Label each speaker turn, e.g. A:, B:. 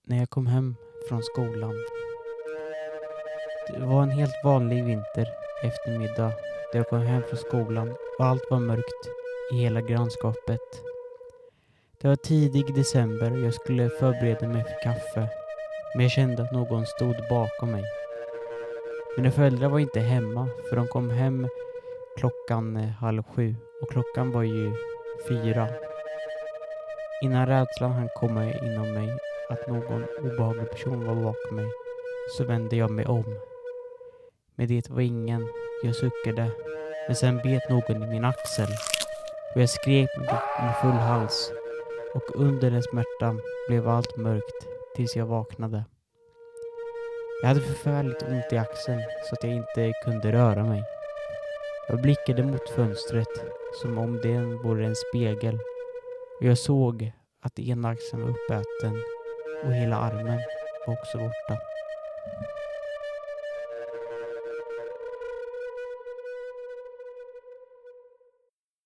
A: när jag kom hem från skolan. Det var en helt vanlig vinter eftermiddag då jag kom hem från skolan och allt var mörkt i hela grannskapet. Det var tidig december och jag skulle förbereda mig för kaffe, men jag kände att någon stod bakom mig. Mina föräldrar var inte hemma för de kom hem klockan 6:30 och klockan var ju 4. Innan rädslan hann komma inom mig att någon obehaglig person var bakom mig så vände jag mig om. Men det var ingen. Jag suckade. Men sen bet någon i min axel. Och jag skrek med full hals. Och under den smärtan blev allt mörkt tills jag vaknade. Jag hade förfärligt ont i axeln så att jag inte kunde röra mig. Jag blickade mot fönstret som om det vore en spegel. Och jag såg att ena axeln var uppäten och hela armen var också borta.